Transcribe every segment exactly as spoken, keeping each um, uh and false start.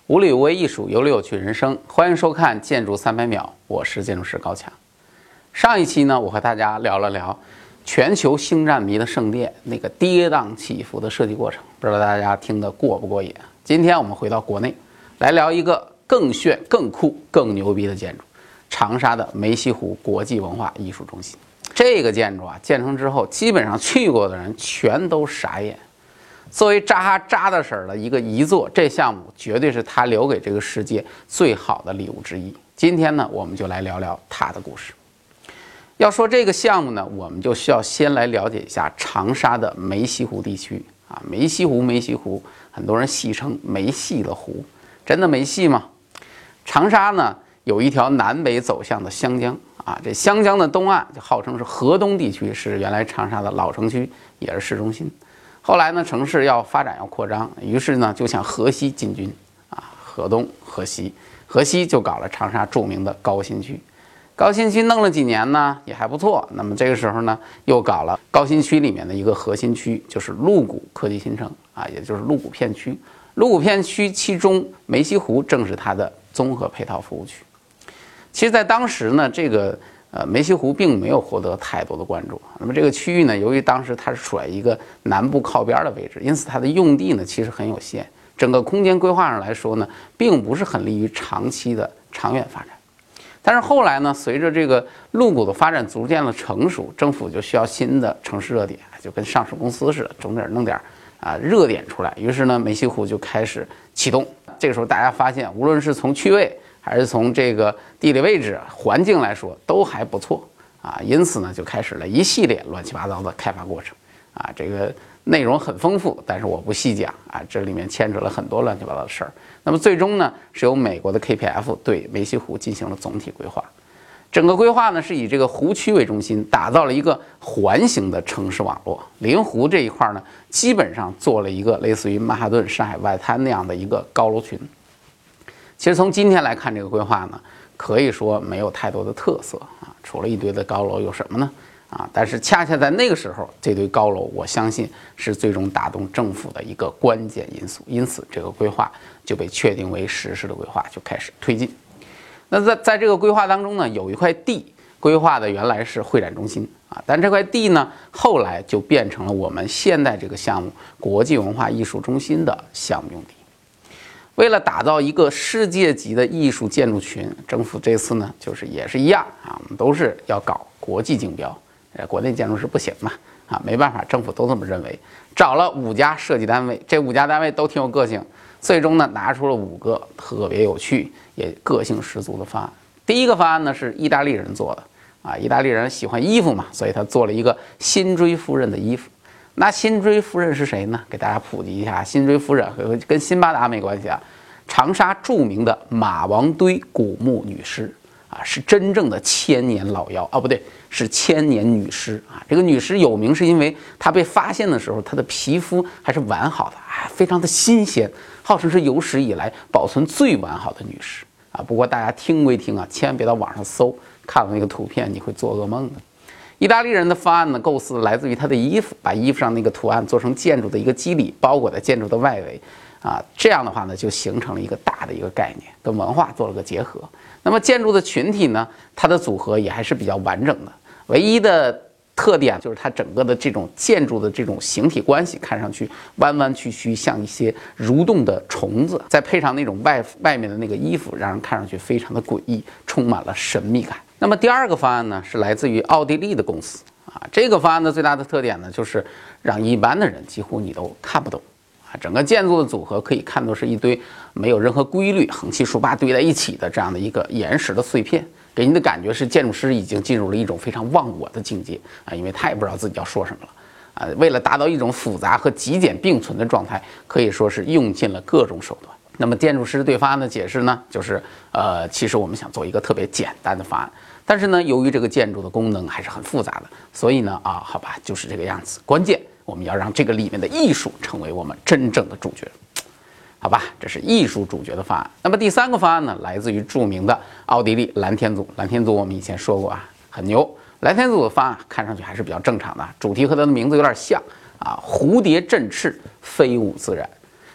无理无为艺术，有理有趣人生。欢迎收看《建筑三百秒》，我是建筑师高强。上一期呢，我和大家聊了聊全球星战迷的圣殿那个跌宕起伏的设计过程，不知道大家听得过不过瘾？今天我们回到国内，来聊一个更炫、更酷、更牛逼的建筑——长沙的梅溪湖国际文化艺术中心。这个建筑啊，建成之后，基本上去过的人全都傻眼。作为扎哈扎的婶儿的一个遗作，这项目绝对是他留给这个世界最好的礼物之一。今天呢，我们就来聊聊他的故事。要说这个项目呢，我们就需要先来了解一下长沙的梅溪湖地区啊。梅溪湖，梅溪湖，很多人戏称梅系的湖，真的梅系吗？长沙呢有一条南北走向的湘江啊，这湘江的东岸就号称是河东地区，是原来长沙的老城区，也是市中心。后来呢，城市要发展要扩张，于是呢就向河西进军啊，河东、河西，河西就搞了长沙著名的高新区。高新区弄了几年呢，也还不错。那么这个时候呢，又搞了高新区里面的一个核心区，就是陆谷科技新城啊，也就是陆谷片区。陆谷片区其中梅溪湖正是它的综合配套服务区。其实，在当时呢，这个呃梅溪湖并没有获得太多的关注。那么这个区域呢，由于当时它是处在一个南部靠边的位置，因此它的用地呢其实很有限。整个空间规划上来说呢，并不是很利于长期的长远发展。但是后来呢，随着这个陆谷的发展逐渐的成熟，政府就需要新的城市热点，就跟上市公司似的，总得弄点啊热点出来。于是呢，梅溪湖就开始启动。这个时候大家发现，无论是从区位还是从这个地理位置、环境来说，都还不错啊。因此呢，就开始了一系列乱七八糟的开发过程啊。这个内容很丰富，但是我不细讲啊，这里面牵扯了很多乱七八糟的事儿。那么最终呢，是由美国的 K P F 对梅溪湖进行了总体规划。整个规划呢，是以这个湖区为中心，打造了一个环形的城市网络。临湖这一块呢，基本上做了一个类似于曼哈顿、上海外滩那样的一个高楼群。其实从今天来看，这个规划呢，可以说没有太多的特色啊，除了一堆的高楼，有什么呢？啊，但是恰恰在那个时候，这堆高楼，我相信是最终打动政府的一个关键因素。因此，这个规划就被确定为实施的规划，就开始推进。那在在这个规划当中呢，有一块地规划的原来是会展中心啊，但这块地呢，后来就变成了我们现在这个项目国际文化艺术中心的项目用地。为了打造一个世界级的艺术建筑群，政府这次呢，就是也是一样啊，我们都是要搞国际竞标。呃，国内建筑师不行嘛，啊，没办法，政府都这么认为，找了五家设计单位，这五家单位都挺有个性，最终呢拿出了五个特别有趣也个性十足的方案。第一个方案呢是意大利人做的，啊，意大利人喜欢衣服嘛，所以他做了一个辛追夫人的衣服。那辛追夫人是谁呢？给大家普及一下，辛追夫人跟辛巴达没关系啊，长沙著名的马王堆古墓女尸。啊，是真正的千年老妖啊，不对，是千年女尸啊。这个女尸有名是因为她被发现的时候，她的皮肤还是完好的，啊，非常的新鲜，号称是有史以来保存最完好的女尸啊。不过大家听归听啊，千万别到网上搜，看到那个图片你会做噩梦的。意大利人的方案呢，构思来自于他的衣服，把衣服上那个图案做成建筑的一个肌理，包裹在建筑的外围。啊，这样的话呢，就形成了一个大的一个概念，跟文化做了个结合。那么建筑的群体呢，它的组合也还是比较完整的。唯一的特点就是它整个的这种建筑的这种形体关系，看上去弯弯曲曲，像一些蠕动的虫子，再配上那种外外面的那个衣服，让人看上去非常的诡异，充满了神秘感。那么第二个方案呢，是来自于奥地利的公司啊。这个方案的最大的特点呢，就是让一般的人几乎你都看不懂。啊，整个建筑的组合可以看作是一堆没有任何规律、横七竖八堆在一起的这样的一个岩石的碎片，给你的感觉是建筑师已经进入了一种非常忘我的境界啊，因为他也不知道自己要说什么了啊。为了达到一种复杂和极简并存的状态，可以说是用尽了各种手段。那么建筑师对方案的解释呢，就是呃，其实我们想做一个特别简单的方案，但是呢，由于这个建筑的功能还是很复杂的，所以呢，啊，好吧，就是这个样子。关键我们要让这个里面的艺术成为我们真正的主角，好吧？这是艺术主角的方案。那么第三个方案呢，来自于著名的奥地利蓝天组。蓝天组我们以前说过啊，很牛。蓝天组的方案看上去还是比较正常的，主题和它的名字有点像啊，蝴蝶振翅，飞舞自然。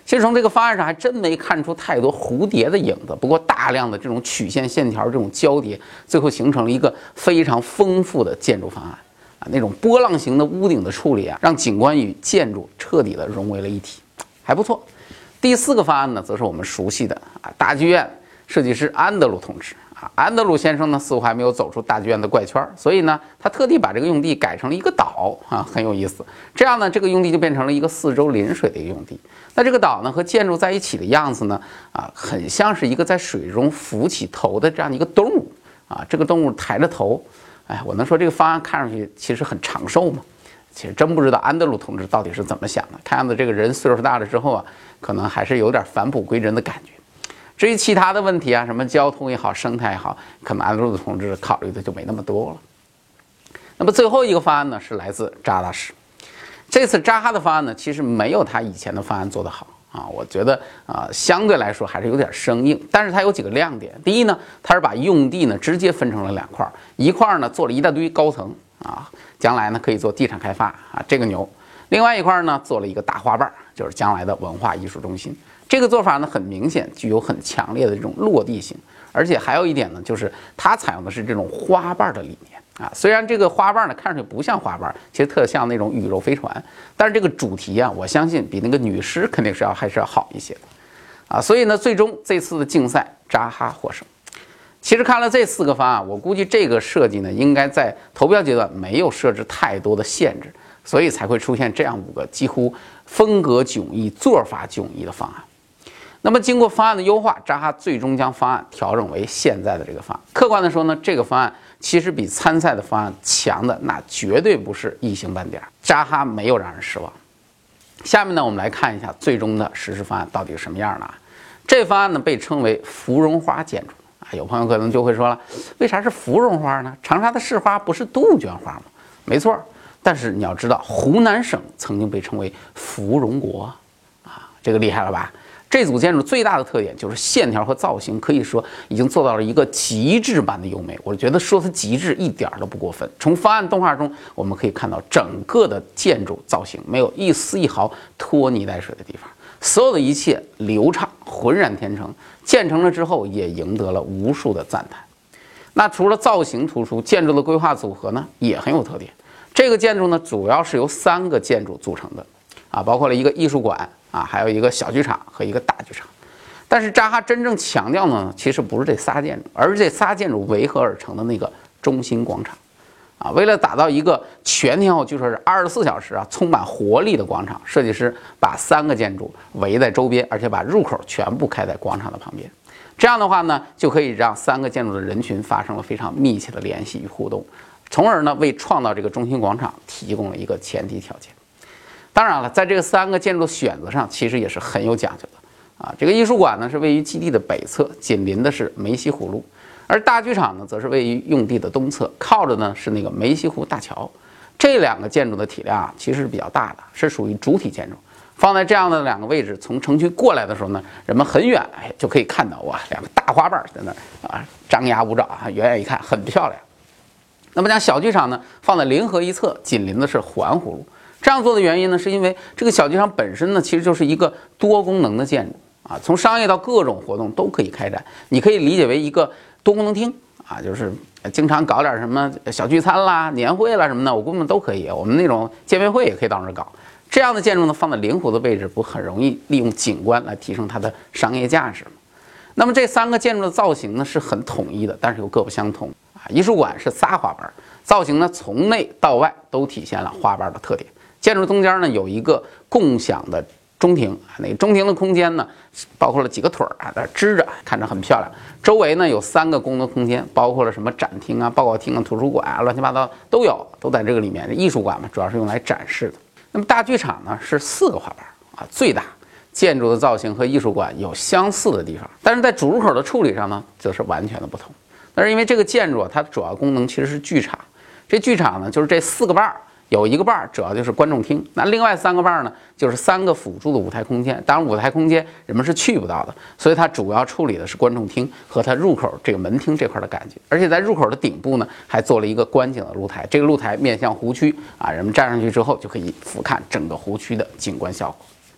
其实从这个方案上还真没看出太多蝴蝶的影子，不过大量的这种曲线线条这种交叠，最后形成了一个非常丰富的建筑方案啊。那种波浪形的屋顶的处理啊，让景观与建筑彻底的融为了一体，还不错。第四个方案呢，则是我们熟悉的啊大剧院设计师安德鲁同志。安德鲁先生呢，似乎还没有走出大剧院的怪圈，所以呢，他特地把这个用地改成了一个岛啊，很有意思。这样呢，这个用地就变成了一个四周临水的一个用地。那这个岛呢，和建筑在一起的样子呢，啊，很像是一个在水中浮起头的这样的一个动物啊。这个动物抬着头，哎，我能说这个方案看上去其实很长寿吗？其实真不知道安德鲁同志到底是怎么想的。看样子这个人岁数大了之后啊，可能还是有点返璞归真的感觉。至于其他的问题啊，什么交通也好，生态也好，可能安德鲁同志考虑的就没那么多了。那么最后一个方案呢，是来自扎大师。这次扎哈的方案呢，其实没有他以前的方案做得好啊，我觉得啊、呃，相对来说还是有点生硬。但是它有几个亮点。第一呢，它是把用地呢直接分成了两块，一块呢做了一大堆高层啊，将来呢可以做地产开发啊，这个牛。另外一块呢做了一个大花瓣，就是将来的文化艺术中心。这个做法呢，很明显具有很强烈的这种落地性，而且还有一点呢，就是它采用的是这种花瓣的理念啊。虽然这个花瓣呢看上去不像花瓣，其实特像那种宇宙飞船，但是这个主题啊，我相信比那个女尸肯定是要还是要好一些的啊。所以呢，最终这次的竞赛，扎哈获胜。其实看了这四个方案，我估计这个设计呢，应该在投标阶段没有设置太多的限制，所以才会出现这样五个几乎风格迥异、做法迥异的方案。那么经过方案的优化，扎哈最终将方案调整为现在的这个方案。客观的说呢，这个方案其实比参赛的方案强的那绝对不是一星半点。扎哈没有让人失望。下面呢，我们来看一下最终的实施方案到底是什么样的啊？这方案呢被称为芙蓉花建筑啊。有朋友可能就会说了，为啥是芙蓉花呢？长沙的市花不是杜鹃花吗？没错，但是你要知道，湖南省曾经被称为芙蓉国啊，这个厉害了吧？这组建筑最大的特点就是线条和造型，可以说已经做到了一个极致般的优美。我觉得说它极致一点都不过分。从方案动画中，我们可以看到整个的建筑造型没有一丝一毫拖泥带水的地方，所有的一切流畅浑然天成。建成了之后，也赢得了无数的赞叹。那除了造型突出，建筑的规划组合呢也很有特点。这个建筑呢，主要是由三个建筑组成的，啊，包括了一个艺术馆。啊，还有一个小剧场和一个大剧场，但是扎哈真正强调的呢，其实不是这仨建筑，而是这仨建筑围合而成的那个中心广场。啊，为了打造一个全天候，据说是二十四小时啊充满活力的广场，设计师把三个建筑围在周边，而且把入口全部开在广场的旁边。这样的话呢，就可以让三个建筑的人群发生了非常密切的联系与互动，从而呢为创造这个中心广场提供了一个前提条件。当然了，在这个三个建筑的选择上，其实也是很有讲究的啊。这个艺术馆呢是位于基地的北侧，紧邻的是梅溪湖路，而大剧场呢则是位于用地的东侧，靠着呢是那个梅溪湖大桥。这两个建筑的体量啊其实是比较大的，是属于主体建筑。放在这样的两个位置，从城区过来的时候呢，人们很远哎就可以看到哇，两个大花瓣在那儿啊张牙舞爪啊，远远一看很漂亮。那么将小剧场呢放在临河一侧，紧邻的是环湖路。这样做的原因呢，是因为这个小剧场本身呢，其实就是一个多功能的建筑啊，从商业到各种活动都可以开展。你可以理解为一个多功能厅啊，就是经常搞点什么小聚餐啦、年会啦什么的，我估计都可以。我们那种见面会也可以到那儿搞。这样的建筑呢，放在灵活的位置，不很容易利用景观来提升它的商业价值吗？那么这三个建筑的造型呢，是很统一的，但是又各不相同啊。艺术馆是仨花瓣，造型呢从内到外都体现了花瓣的特点。建筑中间呢有一个共享的中庭啊，那个中庭的空间呢包括了几个腿儿啊，在支着，看着很漂亮。周围呢有三个公共空间，包括了什么展厅啊、报告厅啊、图书馆啊，乱七八糟都有，都在这个里面。这艺术馆嘛，主要是用来展示的。那么大剧场呢是四个花瓣啊，最大。建筑的造型和艺术馆有相似的地方，但是在主入口的处理上呢，则是完全的不同。那是因为这个建筑啊，它的主要功能其实是剧场。这剧场呢，就是这四个瓣儿。有一个瓣儿主要就是观众厅，那另外三个瓣儿呢，就是三个辅助的舞台空间。当然，舞台空间人们是去不到的，所以它主要处理的是观众厅和它入口这个门厅这块的感觉。而且在入口的顶部呢，还做了一个观景的露台，这个露台面向湖区啊，人们站上去之后就可以俯瞰整个湖区的景观效果。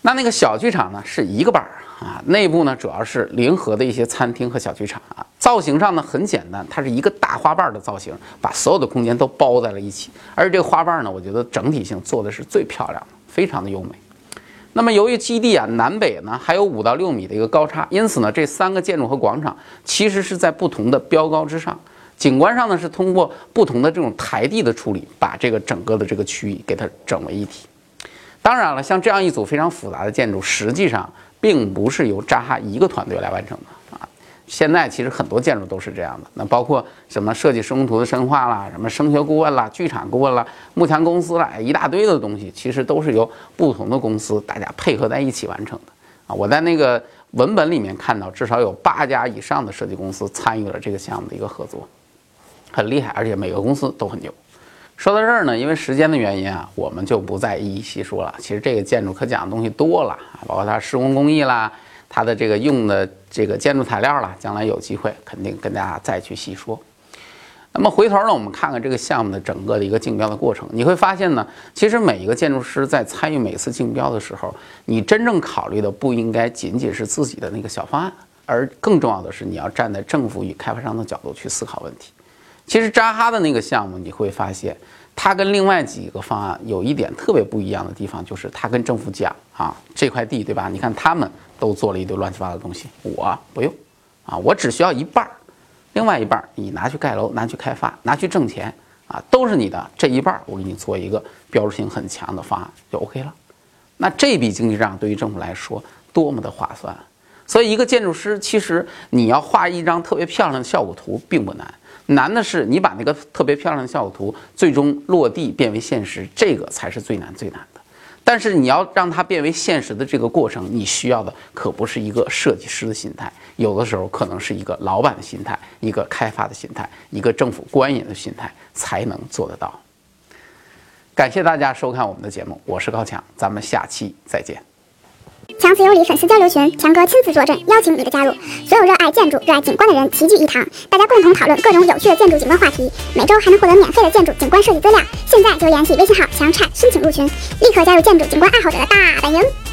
那那个小剧场呢是一个板儿啊，内部呢主要是临河的一些餐厅和小剧场啊，造型上呢很简单，它是一个大花瓣的造型，把所有的空间都包在了一起。而这个花瓣呢，我觉得整体性做的是最漂亮的，非常的优美。那么由于基地啊南北呢还有五到六米的一个高差，因此呢这三个建筑和广场其实是在不同的标高之上。景观上呢是通过不同的这种台地的处理，把这个整个的这个区域给它整为一体。当然了，像这样一组非常复杂的建筑，实际上并不是由扎哈一个团队来完成的啊。现在其实很多建筑都是这样的，那包括什么设计施工图的深化啦，什么声学顾问啦、剧场顾问啦、幕墙公司啦，一大堆的东西，其实都是由不同的公司大家配合在一起完成的啊。我在那个文本里面看到，至少有八家以上的设计公司参与了这个项目的一个合作，很厉害，而且每个公司都很牛。说到这儿呢，因为时间的原因啊，我们就不再一一细说了。其实这个建筑可讲的东西多了啊，包括它施工工艺啦，它的这个用的这个建筑材料啦，将来有机会肯定跟大家再去细说。那么回头呢，我们看看这个项目的整个的一个竞标的过程，你会发现呢，其实每一个建筑师在参与每次竞标的时候，你真正考虑的不应该仅仅是自己的那个小方案，而更重要的是你要站在政府与开发商的角度去思考问题。其实扎哈的那个项目，你会发现它跟另外几个方案有一点特别不一样的地方，就是它跟政府讲啊，这块地对吧？你看他们都做了一堆乱七八糟的东西，我不用啊，我只需要一半，另外一半你拿去盖楼、拿去开发、拿去挣钱啊，都是你的。这一半我给你做一个标志性很强的方案就 OK 了。那这笔经济账对于政府来说多么的划算！所以一个建筑师其实你要画一张特别漂亮的效果图并不难。难的是你把那个特别漂亮的效果图最终落地变为现实，这个才是最难最难的。但是你要让它变为现实的这个过程，你需要的可不是一个设计师的心态，有的时候可能是一个老板的心态，一个开发的心态，一个政府官员的心态才能做得到。感谢大家收看我们的节目，我是高强，咱们下期再见。 强词有理粉丝交流群，强哥亲自坐镇，邀请你的加入。所有热爱建筑、热爱景观的人齐聚一堂，大家共同讨论各种有趣的建筑景观话题。每周还能获得免费的建筑景观设计资料。现在就联系微信号强差申请入群，立刻加入建筑景观爱好者的大本营。